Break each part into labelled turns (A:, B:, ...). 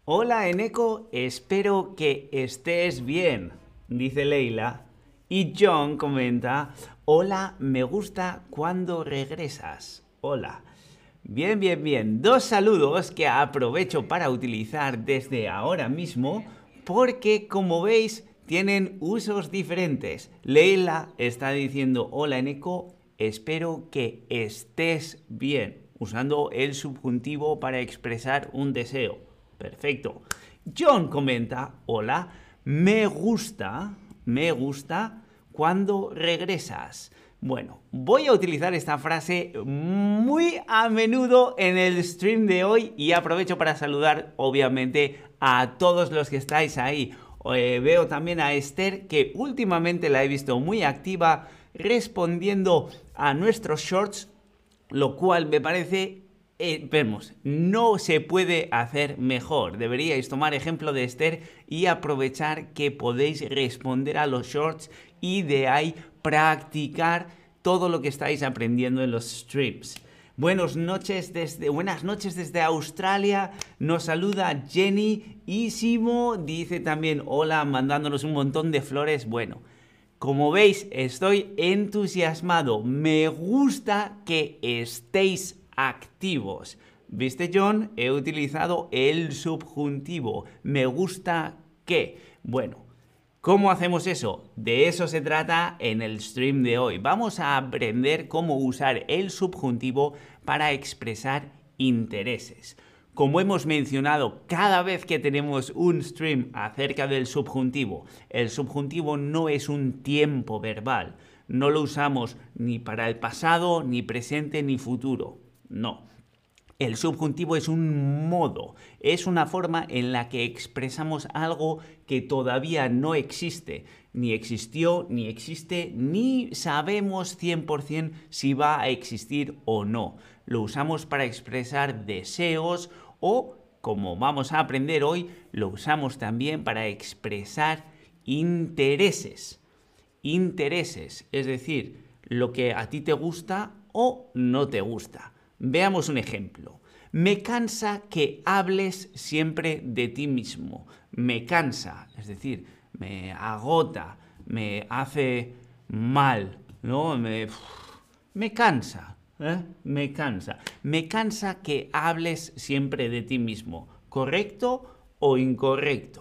A: Hola Eneko, espero que estés bien, dice Leila. Y John comenta, hola, me gusta cuando regresas. Hola. Bien, bien, bien. Dos saludos que aprovecho para utilizar desde ahora mismo porque, como veis, tienen usos diferentes. Leila está diciendo, hola Eneko, espero que estés bien, usando el subjuntivo para expresar un deseo. Perfecto. John comenta, hola, me gusta cuando regresas. Bueno, voy a utilizar esta frase muy a menudo en el stream de hoy y aprovecho para saludar obviamente a todos los que estáis ahí. Veo también a Esther, que últimamente la he visto muy activa respondiendo a nuestros shorts, lo cual me parece, vemos, no se puede hacer mejor. Deberíais tomar ejemplo de Esther y aprovechar que podéis responder a los shorts y de ahí practicar todo lo que estáis aprendiendo en los streams. Buenas noches desde Australia. Nos saluda Jenny y Simo dice también hola, mandándonos un montón de flores. Bueno, como veis, estoy entusiasmado. Me gusta que estéis activos. ¿Viste, John? He utilizado el subjuntivo. Me gusta que. Bueno, ¿cómo hacemos eso? De eso se trata en el stream de hoy. Vamos a aprender cómo usar el subjuntivo para expresar intereses. Como hemos mencionado cada vez que tenemos un stream acerca del subjuntivo, el subjuntivo no es un tiempo verbal. No lo usamos ni para el pasado, ni presente, ni futuro. No. El subjuntivo es un modo, es una forma en la que expresamos algo que todavía no existe, ni existió, ni existe, ni sabemos 100% si va a existir o no. Lo usamos para expresar deseos o, como vamos a aprender hoy, lo usamos también para expresar intereses. Intereses, es decir, lo que a ti te gusta o no te gusta. Veamos un ejemplo. Me cansa que hables siempre de ti mismo. Me cansa, es decir, me agota, me hace mal, ¿no? Me cansa, ¿eh? Me cansa. Me cansa que hables siempre de ti mismo. ¿Correcto o incorrecto?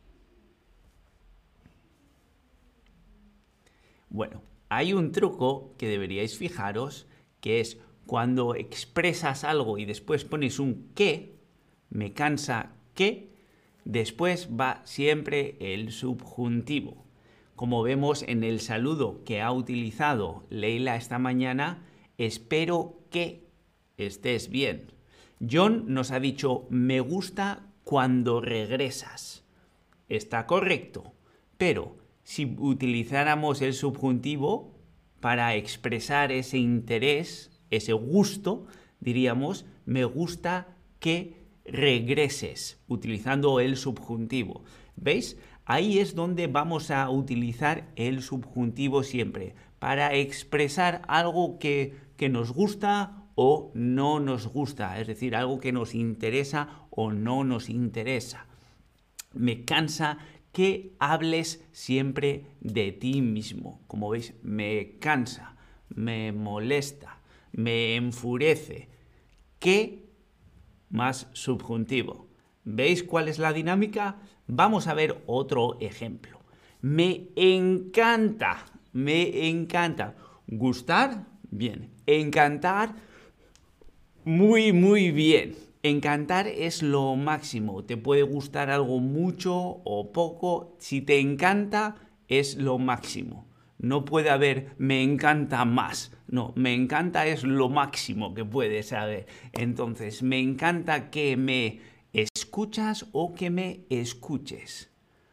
A: Bueno, hay un truco que deberíais fijaros, que es cuando expresas algo y después pones un que, me cansa que, después va siempre el subjuntivo. Como vemos en el saludo que ha utilizado Leila esta mañana, espero que estés bien. John nos ha dicho, me gusta cuando regresas. Está correcto, pero si utilizáramos el subjuntivo para expresar ese interés, ese gusto, diríamos, me gusta que regreses, utilizando el subjuntivo. ¿Veis? Ahí es donde vamos a utilizar el subjuntivo siempre, para expresar algo que nos gusta o no nos gusta, es decir, algo que nos interesa o no nos interesa. Me cansa que hables siempre de ti mismo. Como veis, me cansa, me molesta, me enfurece. ¿Qué más subjuntivo? ¿Veis cuál es la dinámica? Vamos a ver otro ejemplo. Me encanta, me encanta. ¿Gustar? Bien. Encantar, muy, muy bien. Encantar es lo máximo. Te puede gustar algo mucho o poco. Si te encanta, es lo máximo. No puede haber me encanta más. No, me encanta es lo máximo que puedes haber. Entonces, me encanta que me escuchas o que me escuches.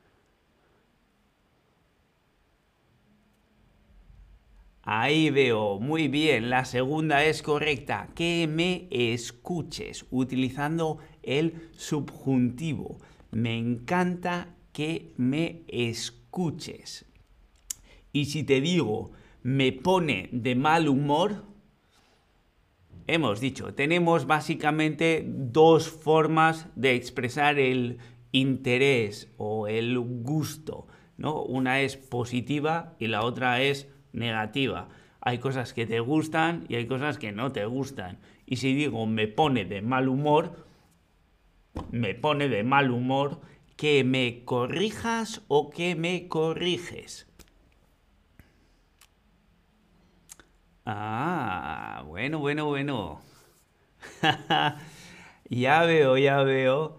A: Ahí veo, muy bien, la segunda es correcta, que me escuches, utilizando el subjuntivo. Me encanta que me escuches. Y si te digo, me pone de mal humor, hemos dicho, tenemos básicamente dos formas de expresar el interés o el gusto, ¿no? Una es positiva y la otra es negativa. Hay cosas que te gustan y hay cosas que no te gustan. Y si digo me pone de mal humor, que me corrijas o que me corriges. Ah, bueno. Ya veo.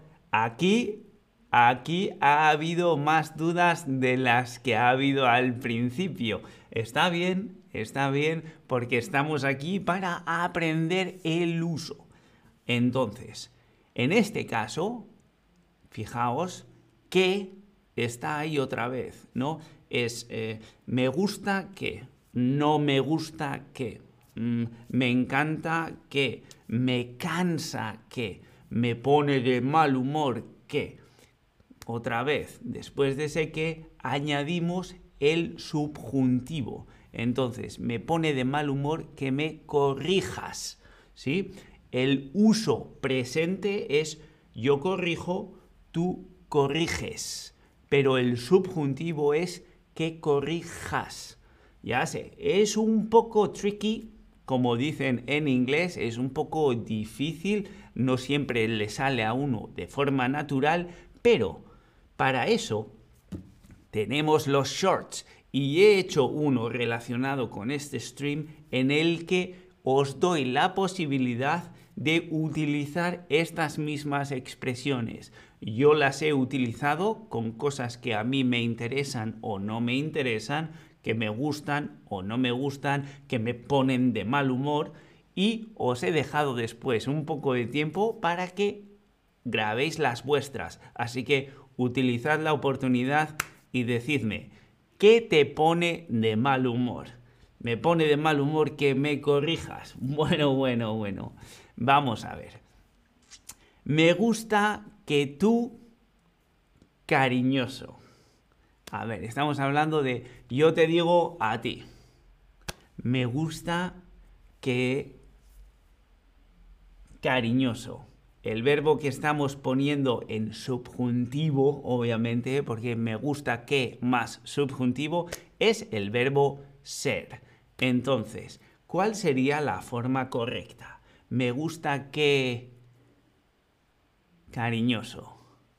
A: Aquí ha habido más dudas de las que ha habido al principio. Está bien, porque estamos aquí para aprender el uso. Entonces, en este caso, fijaos que está ahí otra vez, ¿no? Es me gusta que, no me gusta que, me encanta que, me cansa que, me pone de mal humor que. Otra vez, después de ese que, añadimos el subjuntivo. Entonces, me pone de mal humor que me corrijas, ¿sí? El uso presente es yo corrijo, tú corriges, pero el subjuntivo es que corrijas. Ya sé, es un poco tricky, como dicen en inglés, es un poco difícil, no siempre le sale a uno de forma natural, pero para eso tenemos los shorts y he hecho uno relacionado con este stream en el que os doy la posibilidad de utilizar estas mismas expresiones. Yo las he utilizado con cosas que a mí me interesan o no me interesan, que me gustan o no me gustan, que me ponen de mal humor, y os he dejado después un poco de tiempo para que grabéis las vuestras. Así que utilizad la oportunidad y decidme, ¿qué te pone de mal humor? Me pone de mal humor que me corrijas. Bueno. Vamos a ver. Me gusta que tú, cariñoso. A ver, estamos hablando de yo te digo a ti. Me gusta que cariñoso. El verbo que estamos poniendo en subjuntivo, obviamente, porque me gusta que más subjuntivo, es el verbo ser. Entonces, ¿cuál sería la forma correcta? Me gusta que cariñoso.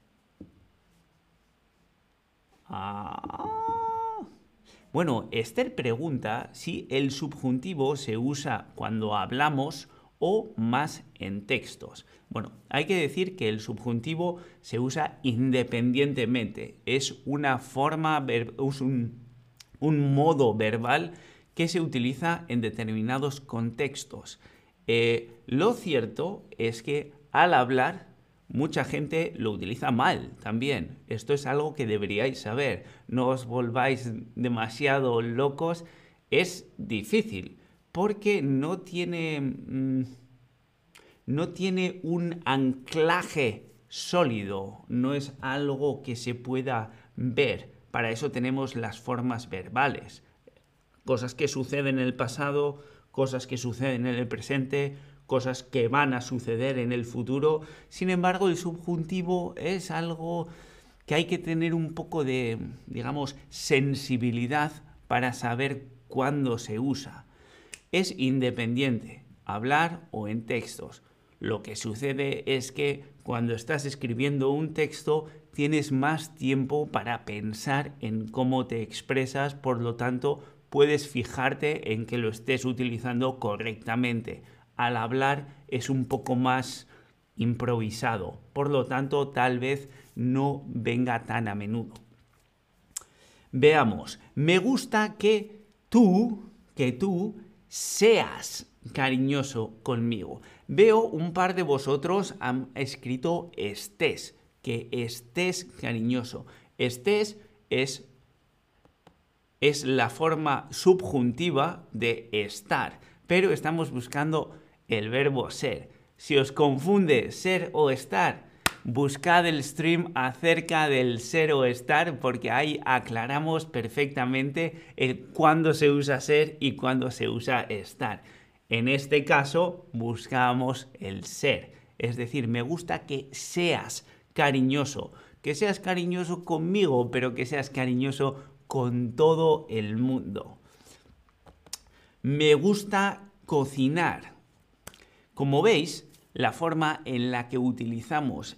A: Bueno, Esther pregunta si el subjuntivo se usa cuando hablamos o más en textos. Bueno, hay que decir que el subjuntivo se usa independientemente. Es una forma, es un modo verbal que se utiliza en determinados contextos. Lo cierto es que al hablar mucha gente lo utiliza mal también. Esto es algo que deberíais saber. No os volváis demasiado locos. Es difícil porque no tiene un anclaje sólido. No es algo que se pueda ver. Para eso tenemos las formas verbales. Cosas que suceden en el pasado, cosas que suceden en el presente, cosas que van a suceder en el futuro. Sin embargo, el subjuntivo es algo que hay que tener un poco de, digamos, sensibilidad para saber cuándo se usa. Es independiente, hablar o en textos. Lo que sucede es que cuando estás escribiendo un texto tienes más tiempo para pensar en cómo te expresas, por lo tanto puedes fijarte en que lo estés utilizando correctamente. Al hablar es un poco más improvisado, por lo tanto tal vez no venga tan a menudo. Veamos, me gusta que tú seas cariñoso conmigo. Veo un par de vosotros han escrito estés, que estés cariñoso. Estés es la forma subjuntiva de estar, pero estamos buscando el verbo ser. Si os confunde ser o estar, buscad el stream acerca del ser o estar, porque ahí aclaramos perfectamente cuándo se usa ser y cuándo se usa estar. En este caso buscamos el ser. Es decir, me gusta que seas cariñoso conmigo, pero que seas cariñoso con todo el mundo. Me gusta cocinar. Como veis, la forma en la que utilizamos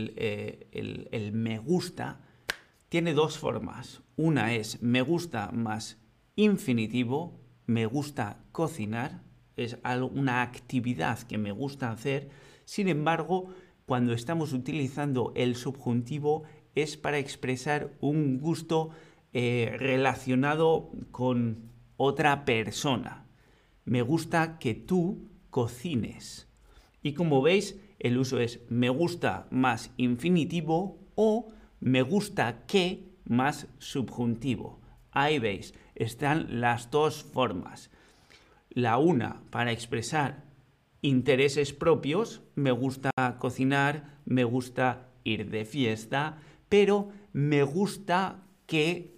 A: el me gusta tiene dos formas. Una es me gusta más infinitivo, me gusta cocinar, es una actividad que me gusta hacer. Sin embargo, cuando estamos utilizando el subjuntivo es para expresar un gusto relacionado con otra persona. Me gusta que tú cocines. Y como veis, el uso es me gusta más infinitivo o me gusta que más subjuntivo. Ahí veis, están las dos formas. La una para expresar intereses propios, me gusta cocinar, me gusta ir de fiesta, pero me gusta que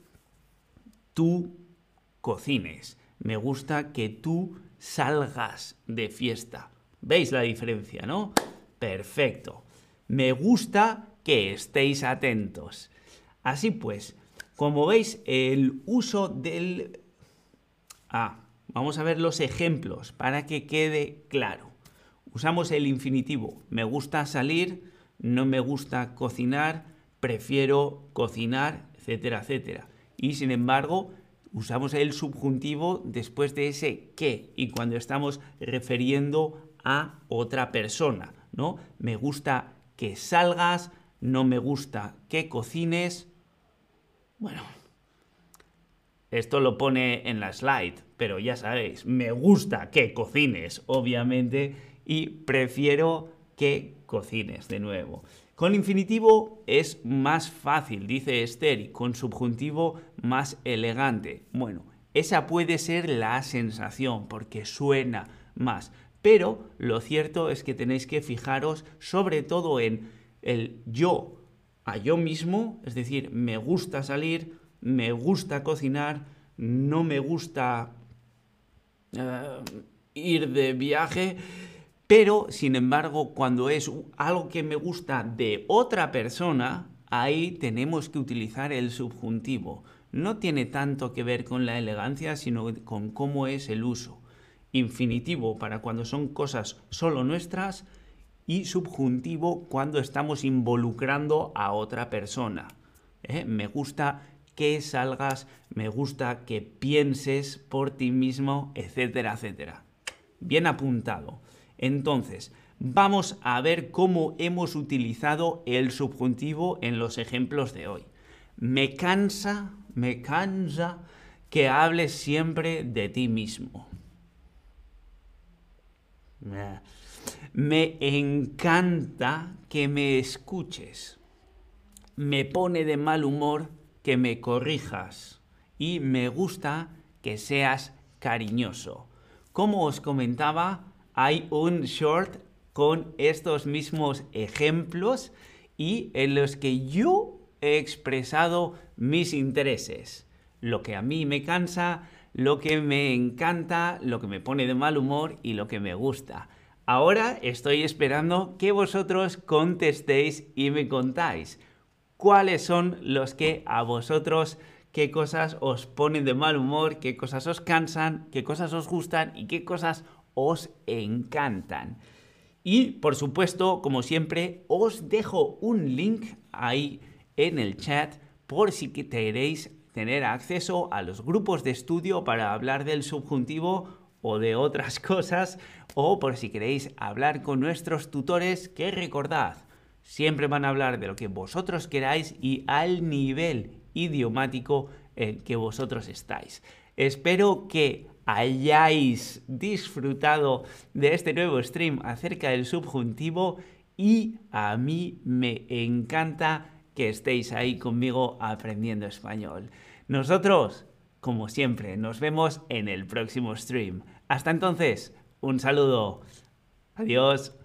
A: tú cocines, me gusta que tú salgas de fiesta. ¿Veis la diferencia, no? Perfecto. Me gusta que estéis atentos. Así pues, como veis, el uso del... vamos a ver los ejemplos para que quede claro. Usamos el infinitivo. Me gusta salir, no me gusta cocinar, prefiero cocinar, etcétera, etcétera. Y sin embargo, usamos el subjuntivo después de ese que y cuando estamos refiriendo a otra persona, ¿no? Me gusta que salgas, no me gusta que cocines. Bueno, esto lo pone en la slide, pero ya sabéis, me gusta que cocines, obviamente, y prefiero que cocines de nuevo. Con infinitivo es más fácil, dice Esther, y con subjuntivo más elegante. Bueno, esa puede ser la sensación, porque suena más. Pero lo cierto es que tenéis que fijaros sobre todo en el yo a yo mismo, es decir, me gusta salir, me gusta cocinar, no me gusta ir de viaje, pero sin embargo cuando es algo que me gusta de otra persona, ahí tenemos que utilizar el subjuntivo. No tiene tanto que ver con la elegancia, sino con cómo es el uso. Infinitivo para cuando son cosas solo nuestras y subjuntivo cuando estamos involucrando a otra persona. Me gusta que salgas, me gusta que pienses por ti mismo, etcétera, etcétera. Bien apuntado. Entonces, vamos a ver cómo hemos utilizado el subjuntivo en los ejemplos de hoy. Me cansa que hables siempre de ti mismo. Me encanta que me escuches. Me pone de mal humor que me corrijas. Y me gusta que seas cariñoso. Como os comentaba, hay un short con estos mismos ejemplos y en los que yo he expresado mis intereses. Lo que a mí me cansa, lo que me encanta, lo que me pone de mal humor y lo que me gusta. Ahora estoy esperando que vosotros contestéis y me contáis cuáles son los que a vosotros, qué cosas os ponen de mal humor, qué cosas os cansan, qué cosas os gustan y qué cosas os encantan. Y, por supuesto, como siempre, os dejo un link ahí en el chat por si queréis tener acceso a los grupos de estudio para hablar del subjuntivo o de otras cosas, o por si queréis hablar con nuestros tutores, que recordad, siempre van a hablar de lo que vosotros queráis y al nivel idiomático en que vosotros estáis. Espero que hayáis disfrutado de este nuevo stream acerca del subjuntivo y a mí me encanta que estéis ahí conmigo aprendiendo español. Nosotros, como siempre, nos vemos en el próximo stream. Hasta entonces, un saludo. Adiós.